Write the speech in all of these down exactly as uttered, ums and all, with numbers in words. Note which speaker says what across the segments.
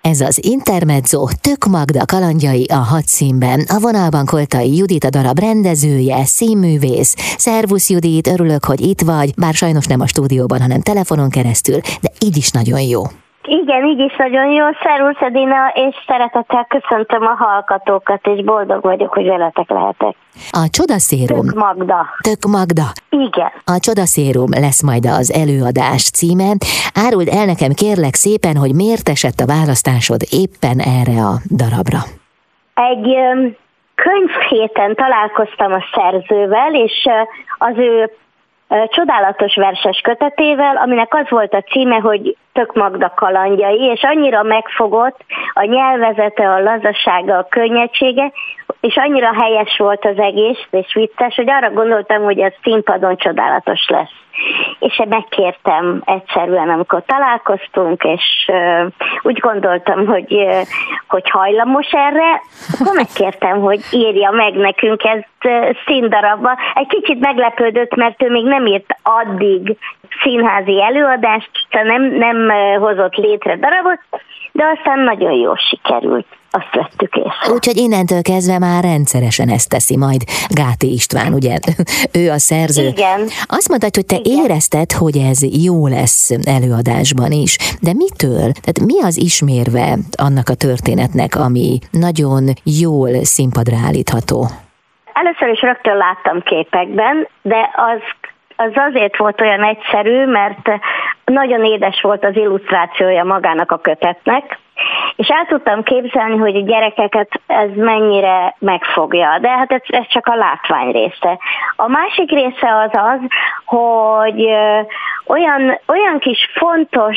Speaker 1: Ez az Intermezzo Tök Magda kalandjai a Hadszínben. A vonalban Koltai Judit, a darab rendezője, színművész. Szervusz Judit, örülök, hogy itt vagy, bár sajnos nem a stúdióban, hanem telefonon keresztül, de így is nagyon jó.
Speaker 2: Igen, így is nagyon jó. Szervusz Edina, és szeretettel köszöntöm a hallgatókat, és boldog vagyok, hogy veletek lehetek.
Speaker 1: A Csodaszérum.
Speaker 2: Tök Magda.
Speaker 1: Tök Magda.
Speaker 2: Igen.
Speaker 1: A Csodaszérum lesz majd az előadás címe. Áruld el nekem kérlek szépen, hogy miért esett a választásod éppen erre a darabra.
Speaker 2: Egy um, könyvhéten találkoztam a szerzővel, és uh, az ő uh, csodálatos verses kötetével, aminek az volt a címe, hogy Tök Magda kalandjai, és annyira megfogott a nyelvezete, a lazasága, a könnyedsége, és annyira helyes volt az egész, és vicces, hogy arra gondoltam, hogy ez színpadon csodálatos lesz. És megkértem egyszerűen, amikor találkoztunk, és uh, úgy gondoltam, hogy, uh, hogy hajlamos erre, akkor megkértem, hogy írja meg nekünk ezt uh, színdarabba. Egy kicsit meglepődött, mert ő még nem írt addig színházi előadást, nem, nem uh, hozott létre darabot, de aztán nagyon jól sikerült. Azt vettük észre.
Speaker 1: Úgyhogy innentől kezdve már rendszeresen ezt teszi majd Gáti István, ugye? Ő a szerző.
Speaker 2: Igen.
Speaker 1: Azt mondtad, hogy te Igen. érezted, hogy ez jó lesz előadásban is. De mitől? Tehát mi az ismérve annak a történetnek, ami nagyon jól színpadra állítható?
Speaker 2: Először is rögtön láttam képekben, de az az azért volt olyan egyszerű, mert nagyon édes volt az illusztrációja magának a kötetnek, és el tudtam képzelni, hogy a gyerekeket ez mennyire megfogja, de hát ez, ez csak a látvány része. A másik része az az, hogy olyan, olyan kis fontos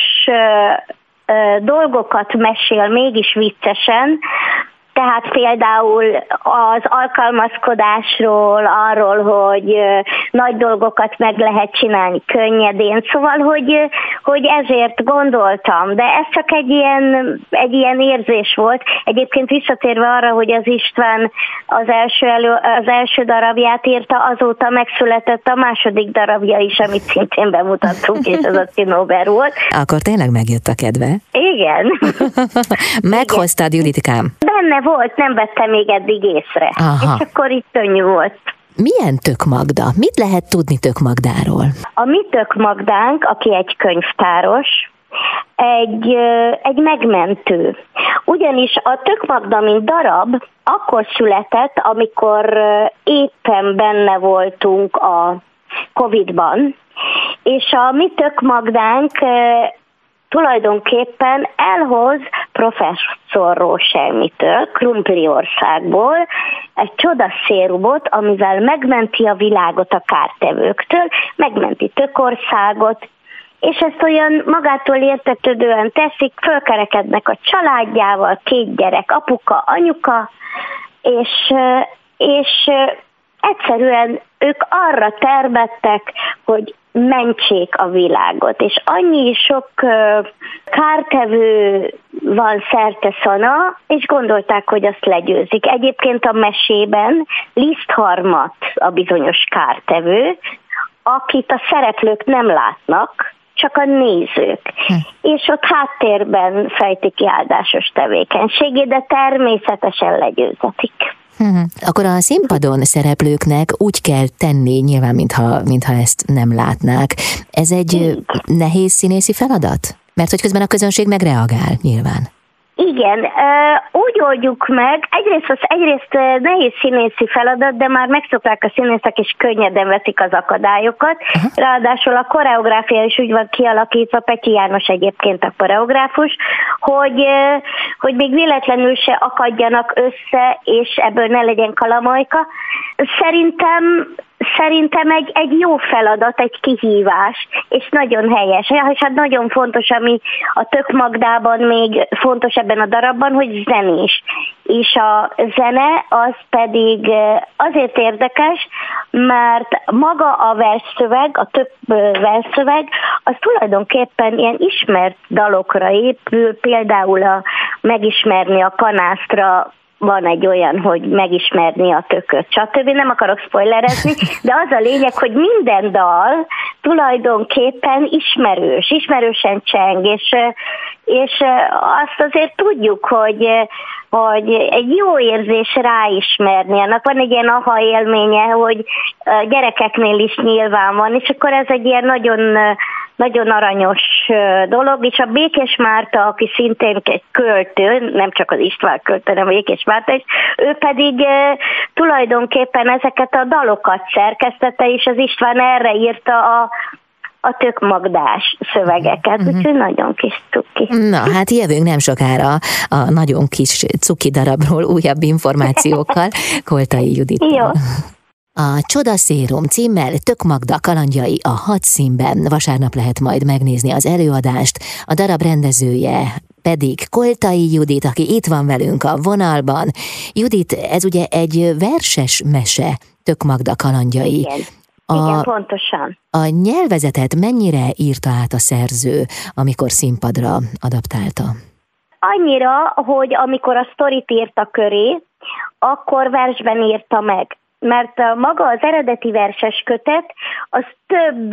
Speaker 2: dolgokat mesél mégis viccesen, tehát például az alkalmazkodásról, arról, hogy nagy dolgokat meg lehet csinálni könnyedén, szóval, hogy, hogy ezért gondoltam, de ez csak egy ilyen, egy ilyen érzés volt. Egyébként visszatérve arra, hogy az István az első, elő, az első darabját írta, azóta megszületett a második darabja is, amit szintén bemutattunk, és az a Cinóber volt.
Speaker 1: Akkor tényleg megjött a kedve?
Speaker 2: Igen.
Speaker 1: Meghoztad, Juditikám?
Speaker 2: Benne volt, nem vettem még eddig észre. Aha. És akkor itt könnyű volt.
Speaker 1: Milyen Tök Magda? Mit lehet tudni Tök Magdáról?
Speaker 2: A mi Tök Magdánk, aki egy könyvtáros, egy, egy megmentő. Ugyanis a Tök Magda, mint darab, akkor született, amikor éppen benne voltunk a Covidban, és a mi Tök Magdánk tulajdonképpen elhoz professzor Róselmitől, Krumpliországból egy csodaszérumot, amivel megmenti a világot a kártevőktől, megmenti Tökországot, és ezt olyan magától értetődően teszik, fölkerekednek a családjával, két gyerek, apuka, anyuka, és, és egyszerűen ők arra termettek, hogy mentsék a világot, és annyi sok uh, kártevő van szerteszana, és gondolták, hogy azt legyőzik. Egyébként a mesében Lisztharmat a bizonyos kártevő, akit a szereplők nem látnak, csak a nézők. Hm. És ott háttérben fejtik ki áldásos tevékenységét, de természetesen legyőzetik.
Speaker 1: Hmm. Akkor a színpadon szereplőknek úgy kell tenni, nyilván, mintha, mintha ezt nem látnák. Ez egy nehéz színészi feladat? Mert hogy közben a közönség megreagál, nyilván.
Speaker 2: Igen, úgy oldjuk meg, egyrészt, az, egyrészt nehéz színészi feladat, de már megszokták a színészek, és könnyeden veszik az akadályokat. Aha. Ráadásul a koreográfia is úgy van kialakítva, Petyi János egyébként a koreográfus, hogy, hogy még véletlenül se akadjanak össze, és ebből ne legyen kalamajka. Szerintem Szerintem egy, egy jó feladat, egy kihívás, és nagyon helyes. És hát nagyon fontos, ami a Tök Magdában még fontos ebben a darabban, hogy zenés. És a zene az pedig azért érdekes, mert maga a versszöveg, a több versszöveg, az tulajdonképpen ilyen ismert dalokra épül, például a Megismerni a kanásztra van egy olyan, hogy megismerni a tököt, stb. Nem akarok spoilerezni, de az a lényeg, hogy minden dal tulajdonképpen ismerős, ismerősen cseng, és, és azt azért tudjuk, hogy, hogy egy jó érzés ráismerni. Annak van egy ilyen aha élménye, hogy gyerekeknél is nyilván van, és akkor ez egy ilyen nagyon, nagyon aranyos dolog, és a Békés Márta, aki szintén egy költő, nem csak az István költő, hanem a Békés Márta is, ő pedig e, tulajdonképpen ezeket a dalokat szerkesztette, és az István erre írta a a tök magdás szövegeket, uh-huh. úgyhogy nagyon kis cuki.
Speaker 1: Na, hát jövünk nem sokára a nagyon kis cuki darabról újabb információkkal. Koltai Judit.
Speaker 2: Jó.
Speaker 1: A Csodaszérum címmel Tök Magda kalandjai a Hadszínben. Vasárnap lehet majd megnézni az előadást. A darab rendezője pedig Koltai Judit, aki itt van velünk a vonalban. Judit, ez ugye egy verses mese, Tök Magda kalandjai.
Speaker 2: Igen.
Speaker 1: A,
Speaker 2: Igen, pontosan.
Speaker 1: A nyelvezetet mennyire írta át a szerző, amikor színpadra adaptálta?
Speaker 2: Annyira, hogy amikor a sztorit írta köré, akkor versben írta meg. Mert maga az eredeti verses kötet, az több,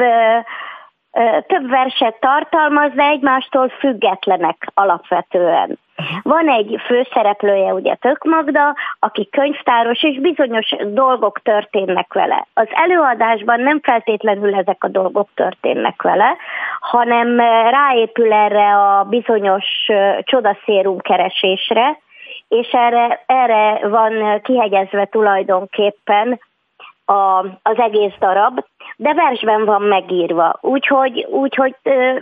Speaker 2: több verset tartalmaz, de egymástól függetlenek alapvetően. Van egy főszereplője, ugye Tök Magda, aki könyvtáros, és bizonyos dolgok történnek vele. Az előadásban nem feltétlenül ezek a dolgok történnek vele, hanem ráépül erre a bizonyos csodaszérum keresésre, és erre, erre van kihegyezve tulajdonképpen a, az egész darab, de versben van megírva, úgyhogy, úgyhogy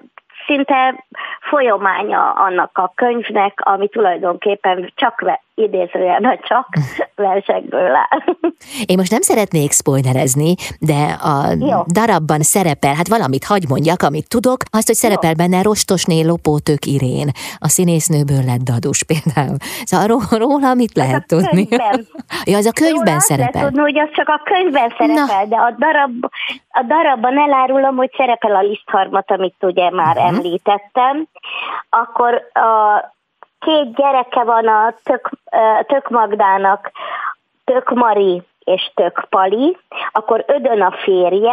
Speaker 2: szinte folyamánya annak a könyvnek, ami tulajdonképpen csak idézőjelben csak versekből áll.
Speaker 1: Én most nem szeretnék spoilerezni, de a Jó. darabban szerepel, hát valamit hagy mondjak, amit tudok, azt, hogy szerepel Jó. benne Rostosné Lopótök Irén, a színésznőből lett Dadus például. Szóval róla mit lehet
Speaker 2: az
Speaker 1: tudni? Ja, az a könyvben róla szerepel.
Speaker 2: Lehet tudni, hogy az csak a könyvben szerepel, Na. de a, darab, a darabban elárulom, hogy szerepel a Lisztharmat, amit ugye már uh-huh. említettem. Akkor a két gyereke van a Tök, Tök Magdának, Tök Mari és Tök Pali, akkor Ödön a férje,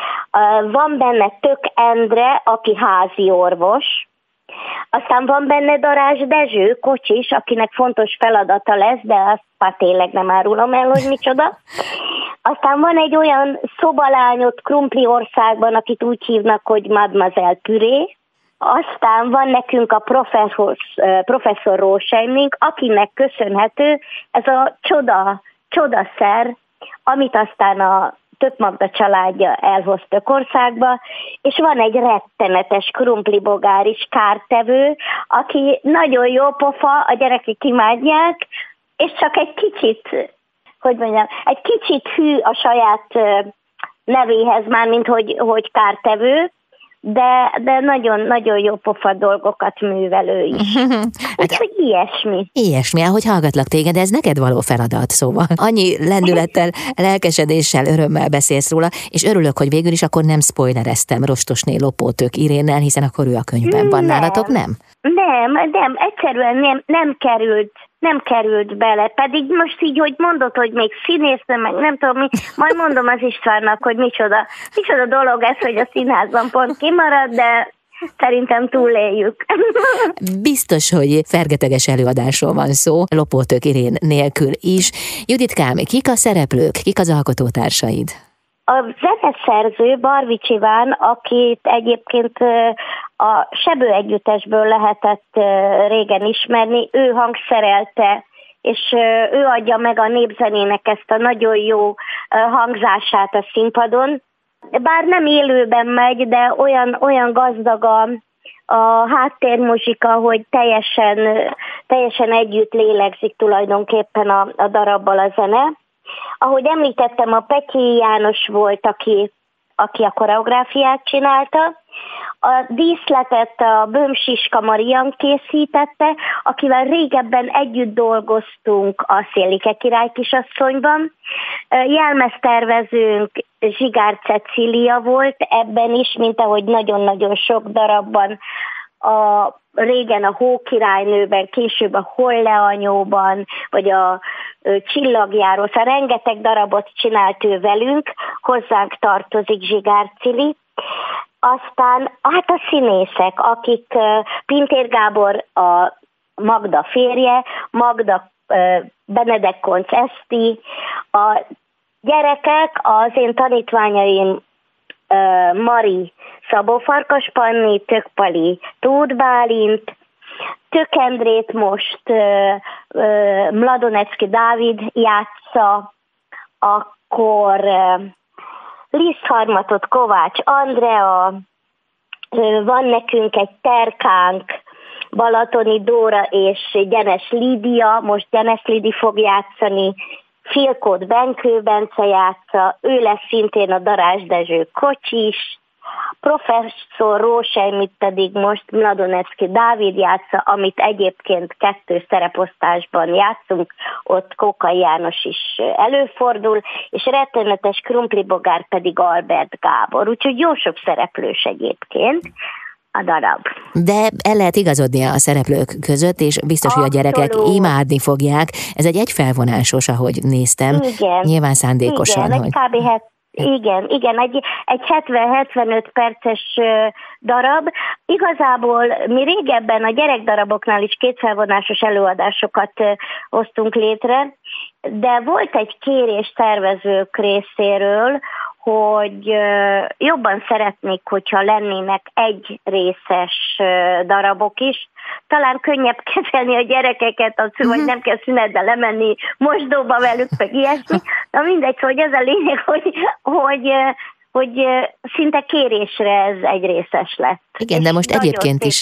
Speaker 2: van benne Tök Endre, aki házi orvos, aztán van benne Darázs Dezső, kocsis, akinek fontos feladata lesz, de azt már tényleg nem árulom el, hogy micsoda. Aztán van egy olyan szobalányot Krumpliországban, akit úgy hívnak, hogy Mademoiselle Püré. Aztán van nekünk a professzor, professzor Rósejmink, akinek köszönhető ez a csoda, csodaszer, amit aztán a Tök Magda családja elhoz Tökországba, és van egy rettenetes krumplibogár is kártevő, aki nagyon jó pofa, a gyerekek imádják, és csak egy kicsit, hogy mondjam, egy kicsit hű a saját nevéhez már, mint hogy, hogy kártevő, de, de nagyon, nagyon jó pofa dolgokat művelő is. Úgyhogy ilyesmi.
Speaker 1: Ilyesmi, ahogy hallgatlak téged, ez neked való feladat, szóval. Annyi lendülettel, lelkesedéssel, örömmel beszélsz róla, és örülök, hogy végül is akkor nem spoilereztem Rostosné Lopótök Irénnel, hiszen akkor ő a könyvben van nálatok, nem?
Speaker 2: Nem, nem, egyszerűen nem, nem került nem került bele, pedig most így, hogy mondod, hogy még színésznő, meg nem tudom mi, majd mondom az Istvánnak, hogy micsoda, micsoda dolog ez, hogy a színházban pont kimarad, de szerintem túléljük.
Speaker 1: Biztos, hogy fergeteges előadásról van szó, Lopótök Irén nélkül is. Juditkám, kik a szereplők, kik az alkotótársaid?
Speaker 2: A zeneszerző Barvics Iván, akit egyébként a Sebő együttesből lehetett régen ismerni, ő hangszerelte, és ő adja meg a népzenének ezt a nagyon jó hangzását a színpadon. Bár nem élőben megy, de olyan, olyan gazdag a, a háttérmuzsika, hogy teljesen, teljesen együtt lélegzik tulajdonképpen a, a darabbal a zene. Ahogy említettem, a Petyi János volt, aki, aki a koreográfiát csinálta. A díszletet a Böhm Siska Marian készítette, akivel régebben együtt dolgoztunk a Szélike király kisasszonyban. Jelmeztervezőnk Zsigár Cecília volt ebben is, mint ahogy nagyon-nagyon sok darabban a régen a Hókirálynőben, később a Holleanyóban, vagy a Csillagjáró, szóval rengeteg darabot csinált ő velünk, hozzánk tartozik Zsigár Cili. Aztán hát a színészek, akik Pintér Gábor a Magda férje, Magda Benedek Koncz Eszti, a gyerekek, az én tanítványaim Mari Szabó Farkas Panni, Tök Pali Tóth Bálint, Tök Endrét most Mladonecki Dávid játsza, akkor Lisztharmatot Kovács Andrea, van nekünk egy terkánk, Balatoni Dóra és Gyenes Lídia, most Gyenes Lidi fog játszani, Filkót Benkő Bence játsza, ő lesz szintén a Darázs Dezső Kocsis, professzor Rósejmit pedig most Mladonecki Dávid játsza, amit egyébként kettő szereposztásban játszunk, ott Kókai János is előfordul, és rettenetes krumplibogár pedig Albert Gábor, úgyhogy jó sok szereplős egyébként a darab.
Speaker 1: De el lehet igazodni a szereplők között, és biztos, Abszolút. Hogy a gyerekek imádni fogják. Ez egy egyfelvonásos, ahogy néztem.
Speaker 2: Igen.
Speaker 1: Nyilván szándékosan.
Speaker 2: Igen,
Speaker 1: hogy...
Speaker 2: egy kb. Het, igen, igen, egy, egy hetven-hetvenöt perces darab. Igazából mi régebben a gyerekdaraboknál is kétfelvonásos előadásokat hoztunk létre, de volt egy kérés tervezők részéről, hogy jobban szeretnék, hogyha lennének egy részes darabok is. Talán könnyebb kezelni a gyerekeket, az, hogy nem kell szünetbe lemenni mosdóba velük, meg ilyesmi. Na mindegy, hogy ez a lényeg, hogy, hogy, hogy szinte kérésre ez egy részes lett.
Speaker 1: Igen, de most egyébként is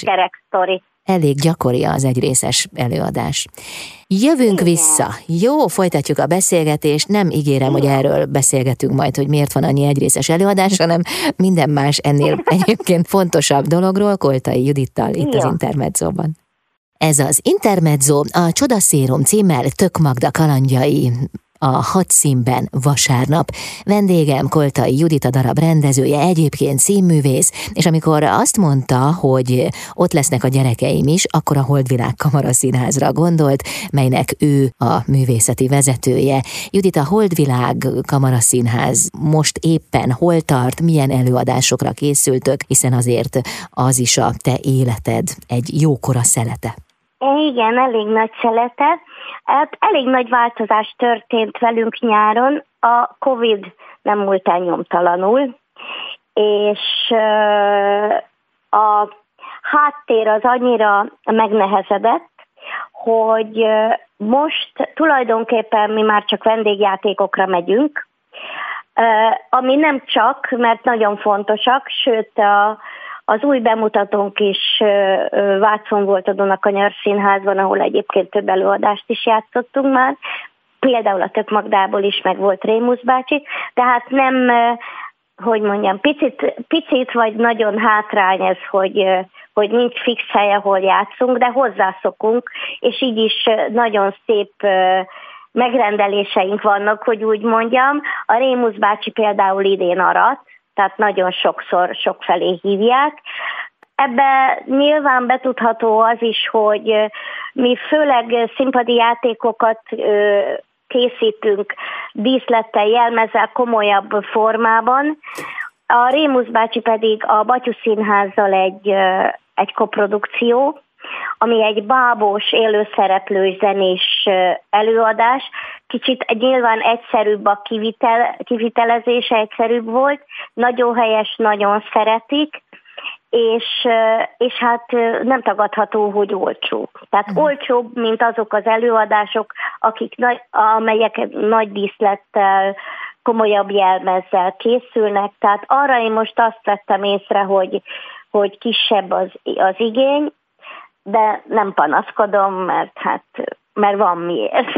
Speaker 1: elég gyakori az egyrészes előadás. Jövünk Igen. vissza. Jó, folytatjuk a beszélgetést. Nem ígérem, Igen. hogy erről beszélgetünk majd, hogy miért van annyi egyrészes előadás, hanem minden más ennél egyébként fontosabb dologról, Koltai Judittal itt Jó. az Intermedzóban. Ez az Intermezzo a Csodaszérum címmel Tök Magda kalandjai a hat színben vasárnap. Vendégem Koltai Judit, a darab rendezője, egyébként színművész, és amikor azt mondta, hogy ott lesznek a gyerekeim is, akkor a Holdvilág Kamaraszínházra gondolt, melynek ő a művészeti vezetője. Judit, a Holdvilág Kamaraszínház most éppen hol tart, milyen előadásokra készültök, hiszen azért az is a te életed egy jókora szelete.
Speaker 2: Igen, elég nagy szelete. Hát elég nagy változás történt velünk nyáron, a Covid nem múlt el nyomtalanul, és a háttér az annyira megnehezedett, hogy most tulajdonképpen mi már csak vendégjátékokra megyünk, ami nem csak, mert nagyon fontosak, sőt a Az új bemutatónk is Vácon volt a Dunakanyar Színházban, ahol egyébként több előadást is játszottunk már. Például a Tök Magdából is meg volt Rémusz bácsi, tehát nem, hogy mondjam, picit, picit vagy nagyon hátrány ez, hogy, hogy nincs fix hely, ahol játszunk, de hozzászokunk, és így is nagyon szép megrendeléseink vannak, hogy úgy mondjam. A Rémusz bácsi például idén arat, tehát nagyon sokszor sokfelé hívják. Ebbe nyilván betudható az is, hogy mi főleg színpadi játékokat készítünk díszlettel, jelmezzel, komolyabb formában. A Rémusz bácsi pedig a Batyú Színházzal egy, egy koprodukció, ami egy bábos, élőszereplős zenés előadás. Kicsit nyilván egyszerűbb a kivitel, kivitelezése, egyszerűbb volt, nagyon helyes, nagyon szeretik, és, és hát nem tagadható, hogy olcsó. Tehát uh-huh. olcsóbb, mint azok az előadások, akik nagy, amelyek nagy díszlettel, komolyabb jelmezzel készülnek. Tehát arra én most azt vettem észre, hogy, hogy kisebb az, az igény, de nem panaszkodom, mert hát mert van miért.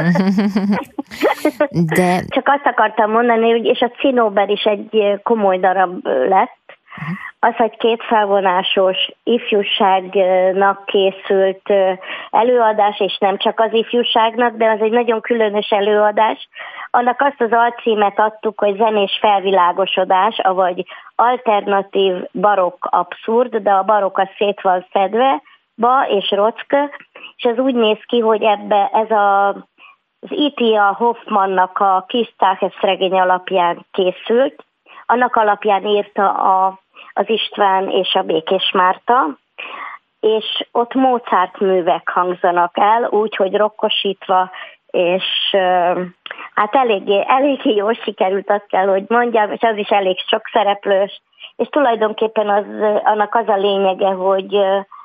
Speaker 1: De...
Speaker 2: Csak azt akartam mondani, hogy és a Cinóber is egy komoly darab lett. Az egy kétfelvonásos ifjúságnak készült előadás, és nem csak az ifjúságnak, de az egy nagyon különös előadás. Annak azt az alcímet adtuk, hogy zenés felvilágosodás, avagy alternatív barokk abszurd, de a barokk az szét van szedve, Ba és Rock, és ez úgy néz ki, hogy ebbe ez a, az í té á Hoffmannak a Kis Táchesz regény alapján készült, annak alapján írta a, az István és a Békés Márta, és ott Mozart művek hangzanak el, úgy, hogy rokkosítva, és hát eléggé, eléggé jól sikerült, azt kell, hogy mondjam, és az is elég sok szereplős, és tulajdonképpen az, annak az a lényege, hogy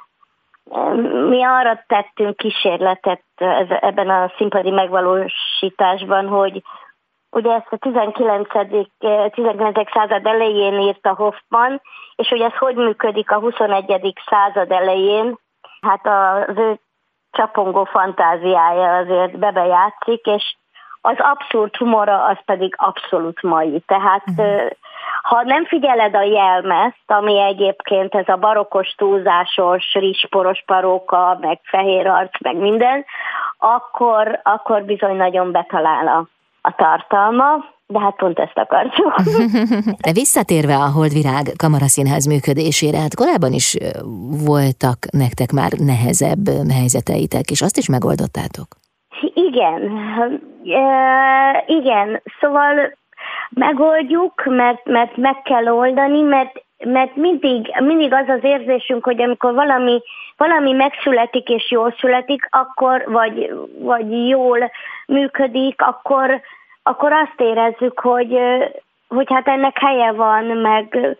Speaker 2: mi arra tettünk kísérletet ebben a színpadi megvalósításban, hogy ugye ezt a tizenkilencedik század elején írta Hoffman, és hogy ez hogy működik a huszonegyedik század elején, hát az ő csapongó fantáziája azért bebejátszik, és az abszurd humora az pedig abszolút mai. Tehát uh-huh. ha nem figyeled a jelmezt, ami egyébként ez a barokkos, túlzásos, rizsporos paróka, meg fehér arc, meg minden, akkor, akkor bizony nagyon betalál a, a tartalma, de hát pont ezt akartuk.
Speaker 1: De visszatérve a Holdvirág Kamaraszínház működésére, hát korábban is voltak nektek már nehezebb helyzeteitek, és azt is megoldottátok.
Speaker 2: Igen, e, igen, szóval megoldjuk, mert, mert meg kell oldani, mert, mert mindig, mindig az az érzésünk, hogy amikor valami, valami megszületik és jól születik, akkor, vagy, vagy jól működik, akkor, akkor azt érezzük, hogy, hogy hát ennek helye van, meg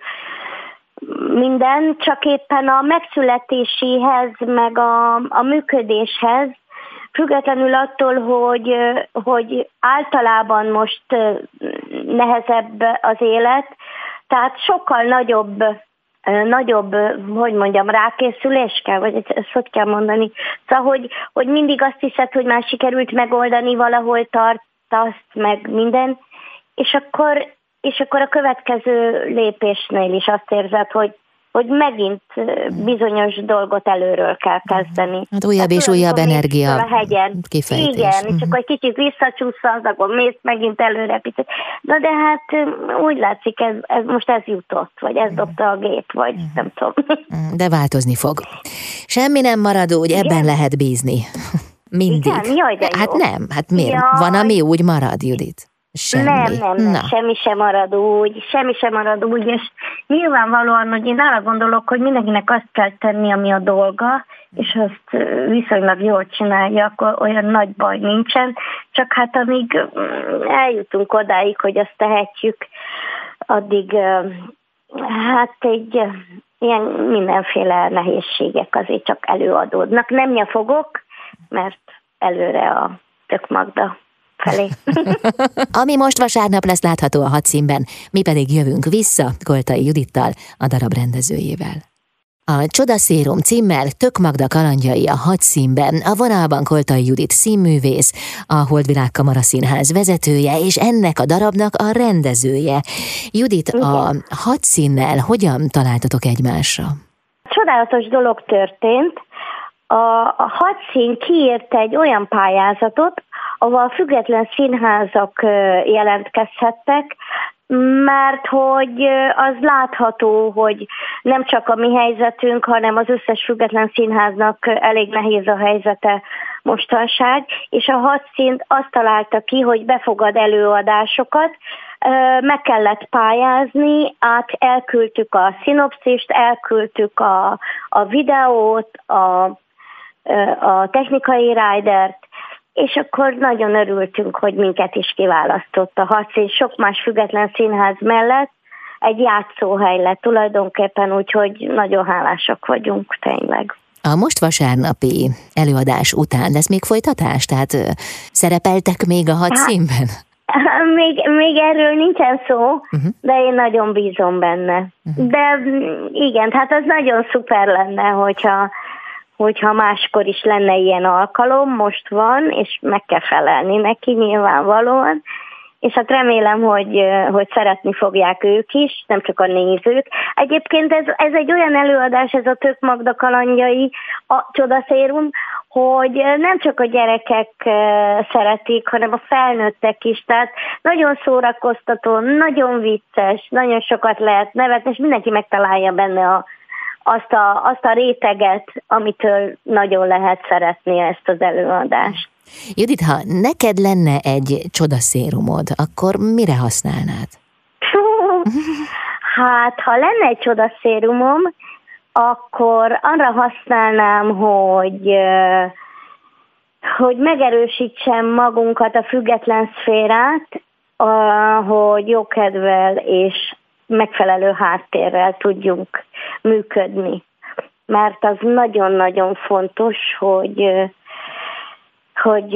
Speaker 2: minden, csak éppen a megszületéséhez, meg a, a működéshez, függetlenül attól, hogy, hogy általában most nehezebb az élet, tehát sokkal nagyobb, nagyobb, hogy mondjam, rákészülés kell, vagy ezt hogy kell mondani. Szóval, hogy, hogy mindig azt hiszed, hogy már sikerült megoldani, valahol tartasz, meg minden, és akkor, és akkor a következő lépésnél is azt érzed, hogy hogy megint bizonyos dolgot előről kell kezdeni.
Speaker 1: Hát újabb hát és újabb energia
Speaker 2: a hegyen.
Speaker 1: Kifejtés.
Speaker 2: Igen, uh-huh. és akkor egy kicsit visszacsúszsz, akkor mész megint előre picit. Na de hát úgy látszik, ez, ez most ez jutott, vagy ez dobta a gép, vagy uh-huh. nem tudom.
Speaker 1: De változni fog. Semmi nem marad úgy, ebben igen? lehet bízni. Mindig.
Speaker 2: Igen? Jaj, de jó.
Speaker 1: Hát nem, hát miért? Jaj. Van, ami úgy marad, Judit? Semmi.
Speaker 2: Nem, nem, nem. semmi sem marad úgy, semmi sem marad úgy, és nyilvánvalóan, hogy én arra gondolok, hogy mindenkinek azt kell tenni, ami a dolga, és azt viszonylag jól csinálja, akkor olyan nagy baj nincsen, csak hát amíg eljutunk odáig, hogy azt tehetjük, addig hát egy ilyen mindenféle nehézségek azért csak előadódnak. Nem nyafogok, mert előre a Tök Magda felé.
Speaker 1: Ami most vasárnap lesz látható a Hadszínben, mi pedig jövünk vissza Koltai Judittal, a darab rendezőjével. A Csodaszérum címmel Tök Magda kalandjai a Hadszínben, a vonalban Koltai Judit színművész, a Holdvirág Kamaraszínház vezetője, és ennek a darabnak a rendezője. Judit, igen. A Hadszínnel hogyan találtatok egymásra?
Speaker 2: Csodálatos dolog történt. A Hadszín kiírt egy olyan pályázatot, ahol a független színházak jelentkezhettek, mert hogy az látható, hogy nem csak a mi helyzetünk, hanem az összes független színháznak elég nehéz a helyzete mostanság, és a Hadszín azt találta ki, hogy befogad előadásokat, meg kellett pályázni, át elküldtük a szinopszist, elküldtük a, a videót, a, a technikai ridert, és akkor nagyon örültünk, hogy minket is kiválasztott a Hadszín. Sok más független színház mellett egy játszóhely lett tulajdonképpen, úgyhogy nagyon hálásak vagyunk tényleg.
Speaker 1: A most vasárnapi előadás után lesz még folytatás? Tehát szerepeltek még a Hadszínben?
Speaker 2: Hát, még, még erről nincsen szó, uh-huh. de én nagyon bízom benne. Uh-huh. De igen, hát az nagyon szuper lenne, hogyha hogyha máskor is lenne ilyen alkalom, most van, és meg kell felelni neki nyilvánvalóan, és hát remélem, hogy, hogy szeretni fogják ők is, nem csak a nézők. Egyébként ez, ez egy olyan előadás, ez a Tök Magda kalandjai, a Csodaszérum, hogy nem csak a gyerekek szeretik, hanem a felnőttek is, tehát nagyon szórakoztató, nagyon vicces, nagyon sokat lehet nevetni, és mindenki megtalálja benne a A, azt a, azt a réteget, amitől nagyon lehet szeretni ezt az előadást.
Speaker 1: Judit, ha neked lenne egy csodaszérumod, akkor mire használnád?
Speaker 2: Hát, ha lenne egy csodaszérumom, akkor arra használnám, hogy, hogy megerősítsem magunkat, a független szférát, hogy jókedvel és megfelelő háttérrel tudjunk működni. Mert az nagyon-nagyon fontos, hogy, hogy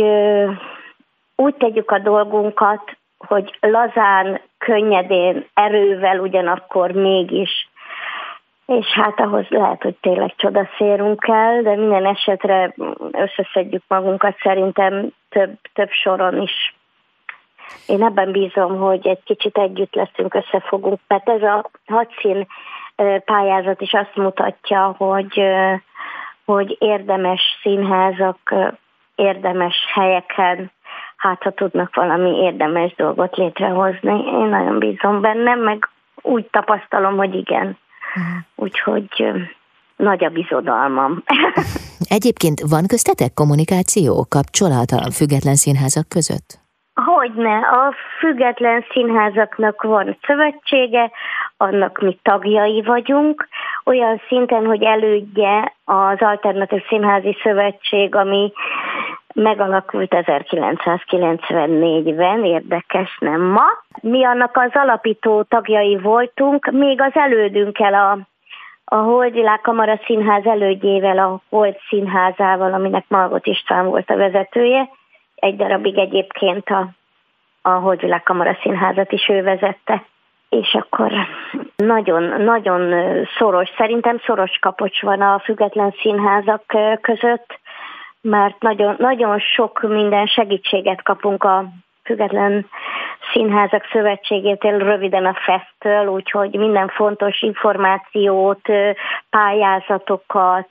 Speaker 2: úgy tegyük a dolgunkat, hogy lazán, könnyedén, erővel ugyanakkor mégis. És hát ahhoz lehet, hogy tényleg csodaszérunk kell, de minden esetre összeszedjük magunkat szerintem több, több soron is. Én ebben bízom, hogy egy kicsit együtt leszünk, összefogunk, mert ez a hadszín pályázat is azt mutatja, hogy, hogy érdemes színházak, érdemes helyeken, hát ha tudnak valami érdemes dolgot létrehozni. Én nagyon bízom benne, meg úgy tapasztalom, hogy igen. Úgyhogy nagy a bizodalmam.
Speaker 1: Egyébként van köztetek kommunikáció, kapcsolat a független színházak között?
Speaker 2: Hogyne, a független színházaknak van szövetsége, annak mi tagjai vagyunk, olyan szinten, hogy elődje az Alternatív Színházi Szövetség, ami megalakult ezerkilencszázkilencvennégyben, érdekes, nem ma. Mi annak az alapító tagjai voltunk, még az elődünkkel, a, a Holdvilág Kamara Színház elődjével, a Hold Színházával, aminek Margot István volt a vezetője. Egy darabig egyébként a, a Holdvilág Kamara Színházat is ő vezette. És akkor nagyon, nagyon szoros, szerintem szoros kapocs van a független színházak között, mert nagyon, nagyon sok minden segítséget kapunk a Független Színházak Szövetségétől, röviden a fesztől, úgyhogy minden fontos információt, pályázatokat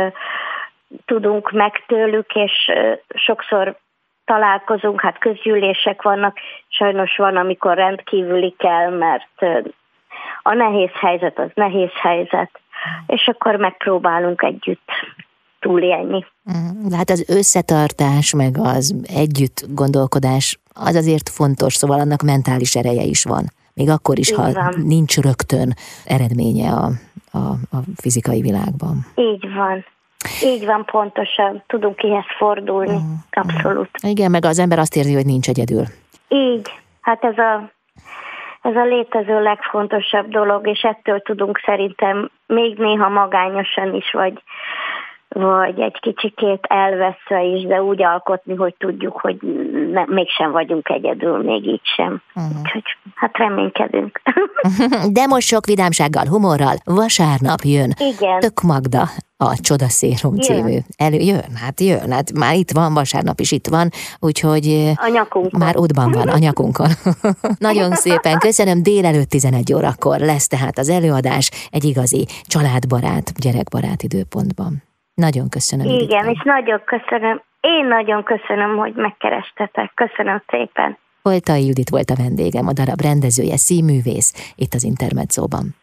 Speaker 2: tudunk meg tőlük, és sokszor találkozunk, hát közgyűlések vannak, sajnos van, amikor rendkívüli kell, mert a nehéz helyzet az nehéz helyzet, és akkor megpróbálunk együtt túlélni.
Speaker 1: De hát az összetartás, meg az együtt gondolkodás, az azért fontos, szóval annak mentális ereje is van. Még akkor is, így ha van. Nincs rögtön eredménye a, a, a fizikai világban.
Speaker 2: Így van. Így van, pontosan. Tudunk kihez fordulni. Mm. Abszolút.
Speaker 1: Igen, meg az ember azt érzi, hogy nincs egyedül.
Speaker 2: Így. Hát ez a, ez a létező legfontosabb dolog, és ettől tudunk szerintem még néha magányosan is, vagy vagy egy kicsikét elveszve is, de úgy alkotni, hogy tudjuk, hogy ne, mégsem vagyunk egyedül, még így sem. Uh-huh. Úgyhogy hát reménykedünk.
Speaker 1: De most sok vidámsággal, humorral vasárnap jön.
Speaker 2: Igen.
Speaker 1: Tök Magda, a Csodaszérum című. Elő, jön, hát jön, hát már itt van, vasárnap is itt van, úgyhogy
Speaker 2: a nyakunkon.
Speaker 1: Már útban van, a nyakunkon. Nagyon szépen köszönöm, délelőtt tizenegy órakor lesz tehát az előadás egy igazi családbarát, gyerekbarát időpontban. Nagyon köszönöm.
Speaker 2: Igen,
Speaker 1: Juditám.
Speaker 2: És nagyon köszönöm. Én nagyon köszönöm, hogy megkerestetek. Köszönöm szépen.
Speaker 1: Holtai Judit volt a vendégem, a darab rendezője, színművész, itt az Intermedzóban.